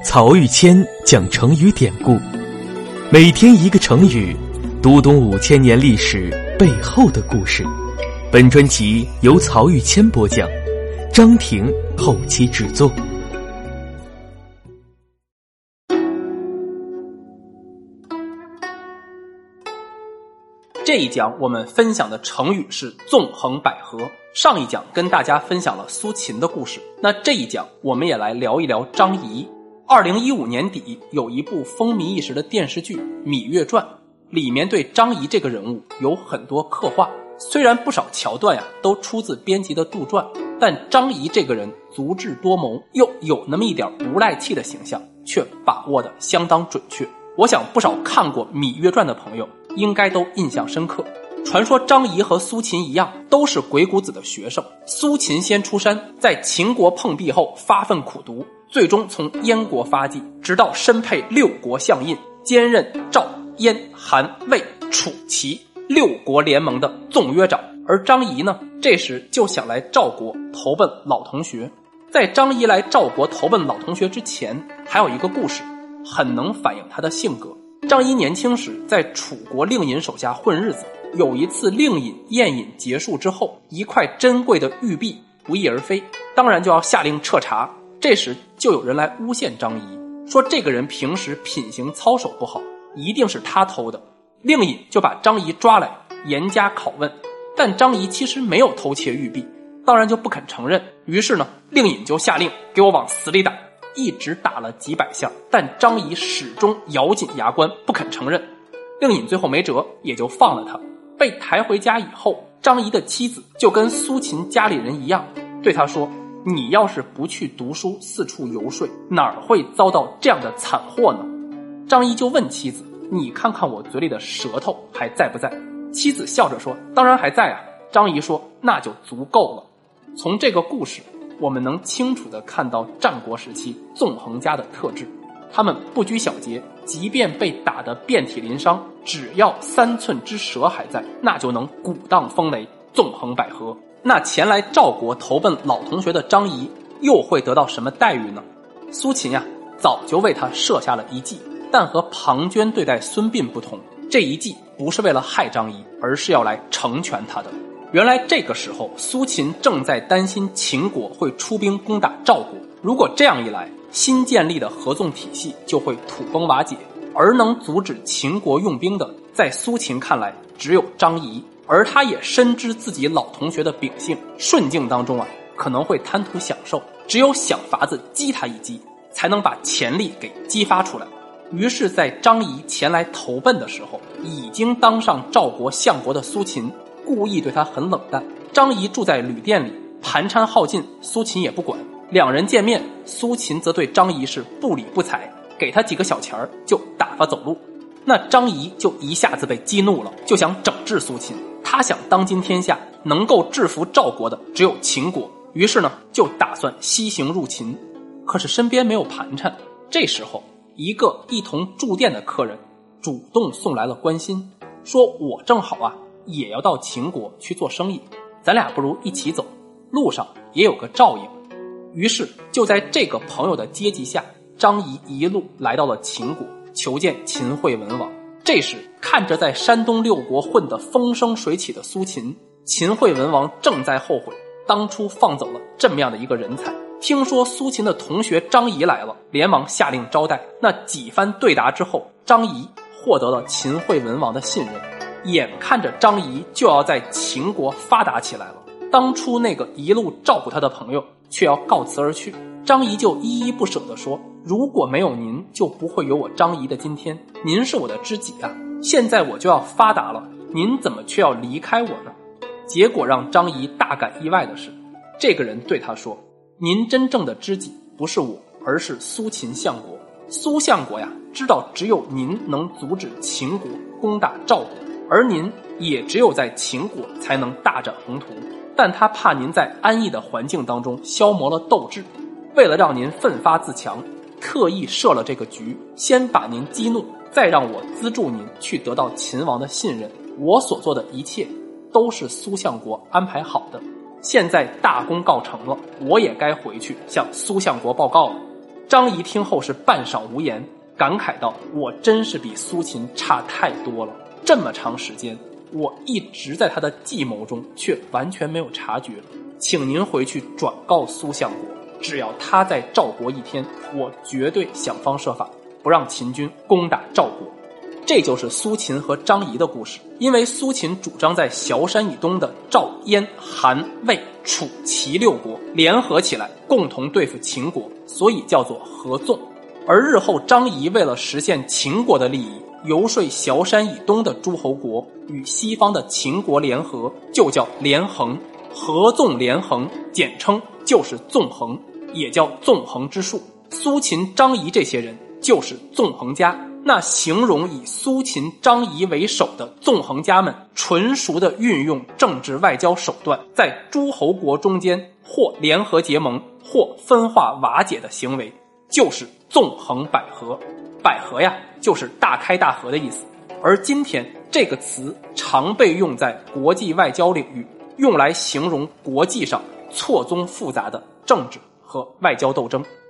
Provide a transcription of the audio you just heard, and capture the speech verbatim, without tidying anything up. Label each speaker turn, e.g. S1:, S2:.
S1: 曹玉谦讲成语典故，每天一个成语，读懂五千年历史背后的故事。本专辑由曹玉谦播讲，张婷后期制作。
S2: 这一讲我们分享的成语是纵横捭阖。上一讲跟大家分享了苏秦的故事，那这一讲我们也来聊一聊张仪。二零一五年底有一部风靡一时的电视剧《芈月传》，里面对张仪这个人物有很多刻画，虽然不少桥段呀都出自编辑的杜撰，但张仪这个人足智多谋，又有那么一点无赖气的形象，却把握得相当准确。我想不少看过《芈月传》的朋友应该都印象深刻。传说张仪和苏秦一样，都是鬼谷子的学生。苏秦先出山，在秦国碰壁后发奋苦读，最终从燕国发迹，直到身配六国相印，兼任赵、燕、韩、魏、楚、齐六国联盟的纵约长。而张仪呢，这时就想来赵国投奔老同学。在张仪来赵国投奔老同学之前，还有一个故事很能反映他的性格。张仪年轻时在楚国令尹手下混日子，有一次令尹宴饮结束之后，一块珍贵的玉璧不翼而飞，当然就要下令彻查。这时就有人来诬陷张仪，说这个人平时品行操守不好，一定是他偷的。令尹就把张仪抓来严加拷问，但张仪其实没有偷窃玉璧，当然就不肯承认。于是呢，令尹就下令给我往死里打，一直打了几百下，但张仪始终咬紧牙关不肯承认。令尹最后没辙，也就放了他。被抬回家以后，张仪的妻子就跟苏秦家里人一样，对他说，你要是不去读书四处游说，哪儿会遭到这样的惨祸呢？张仪就问妻子，你看看我嘴里的舌头还在不在？妻子笑着说，当然还在啊。张仪说，那就足够了。从这个故事我们能清楚地看到战国时期纵横家的特质，他们不拘小节，即便被打得遍体鳞伤，只要三寸之舌还在，那就能鼓荡风雷，纵横捭阖。那前来赵国投奔老同学的张仪又会得到什么待遇呢？苏秦呀，早就为他设下了一计，但和庞涓对待孙膑不同，这一计不是为了害张仪，而是要来成全他的。原来这个时候苏秦正在担心秦国会出兵攻打赵国，如果这样一来，新建立的合纵体系就会土崩瓦解，而能阻止秦国用兵的，在苏秦看来只有张仪。而他也深知自己老同学的秉性，顺境当中啊可能会贪图享受，只有想法子激他一激，才能把潜力给激发出来。于是在张仪前来投奔的时候，已经当上赵国相国的苏秦故意对他很冷淡。张仪住在旅店里，盘缠耗尽，苏秦也不管。两人见面，苏秦则对张仪是不理不睬，给他几个小钱儿就打发走路。那张仪就一下子被激怒了，就想整治苏秦。他想当今天下能够制服赵国的只有秦国，于是呢就打算西行入秦。可是身边没有盘缠，这时候一个一同住店的客人主动送来了关心，说我正好啊也要到秦国去做生意，咱俩不如一起走，路上也有个照应。于是就在这个朋友的接济下，张仪一路来到了秦国，求见秦惠文王。这时看着在山东六国混得风生水起的苏秦，秦惠文王正在后悔当初放走了这么样的一个人才。听说苏秦的同学张仪来了，连忙下令招待。那几番对答之后，张仪获得了秦惠文王的信任。眼看着张仪就要在秦国发达起来了，当初那个一路照顾他的朋友却要告辞而去。张仪就依依不舍地说，如果没有您，就不会有我张仪的今天，您是我的知己啊，现在我就要发达了，您怎么却要离开我呢？结果让张仪大感意外的是，这个人对他说，您真正的知己不是我，而是苏秦相国。苏相国呀，知道只有您能阻止秦国攻打赵国，而您也只有在秦国才能大展宏图，但他怕您在安逸的环境当中消磨了斗志，为了让您奋发自强，特意设了这个局，先把您激怒，再让我资助您去得到秦王的信任。我所做的一切都是苏相国安排好的，现在大功告成了，我也该回去向苏相国报告了。 张仪听后是半晌无言，感慨道：我真是比苏秦差太多了，这么长时间我一直在他的计谋中，却完全没有察觉，请您回去转告苏相国，只要他在赵国一天，我绝对想方设法不让秦军攻打赵国。这就是苏秦和张仪的故事。因为苏秦主张在崤山以东的赵、燕、韩、魏、楚、齐六国联合起来共同对付秦国，所以叫做合纵。而日后张仪为了实现秦国的利益，游说崤山以东的诸侯国与西方的秦国联合，就叫连横。合纵连横简称就是纵横，也叫纵横之术。苏秦、张仪这些人就是纵横家。那形容以苏秦、张仪为首的纵横家们纯熟地运用政治外交手段，在诸侯国中间或联合结盟，或分化瓦解的行为，就是纵横捭阖。捭阖呀，就是大开大合的意思。而今天这个词常被用在国际外交领域，用来形容国际上错综复杂的政治和外交斗争。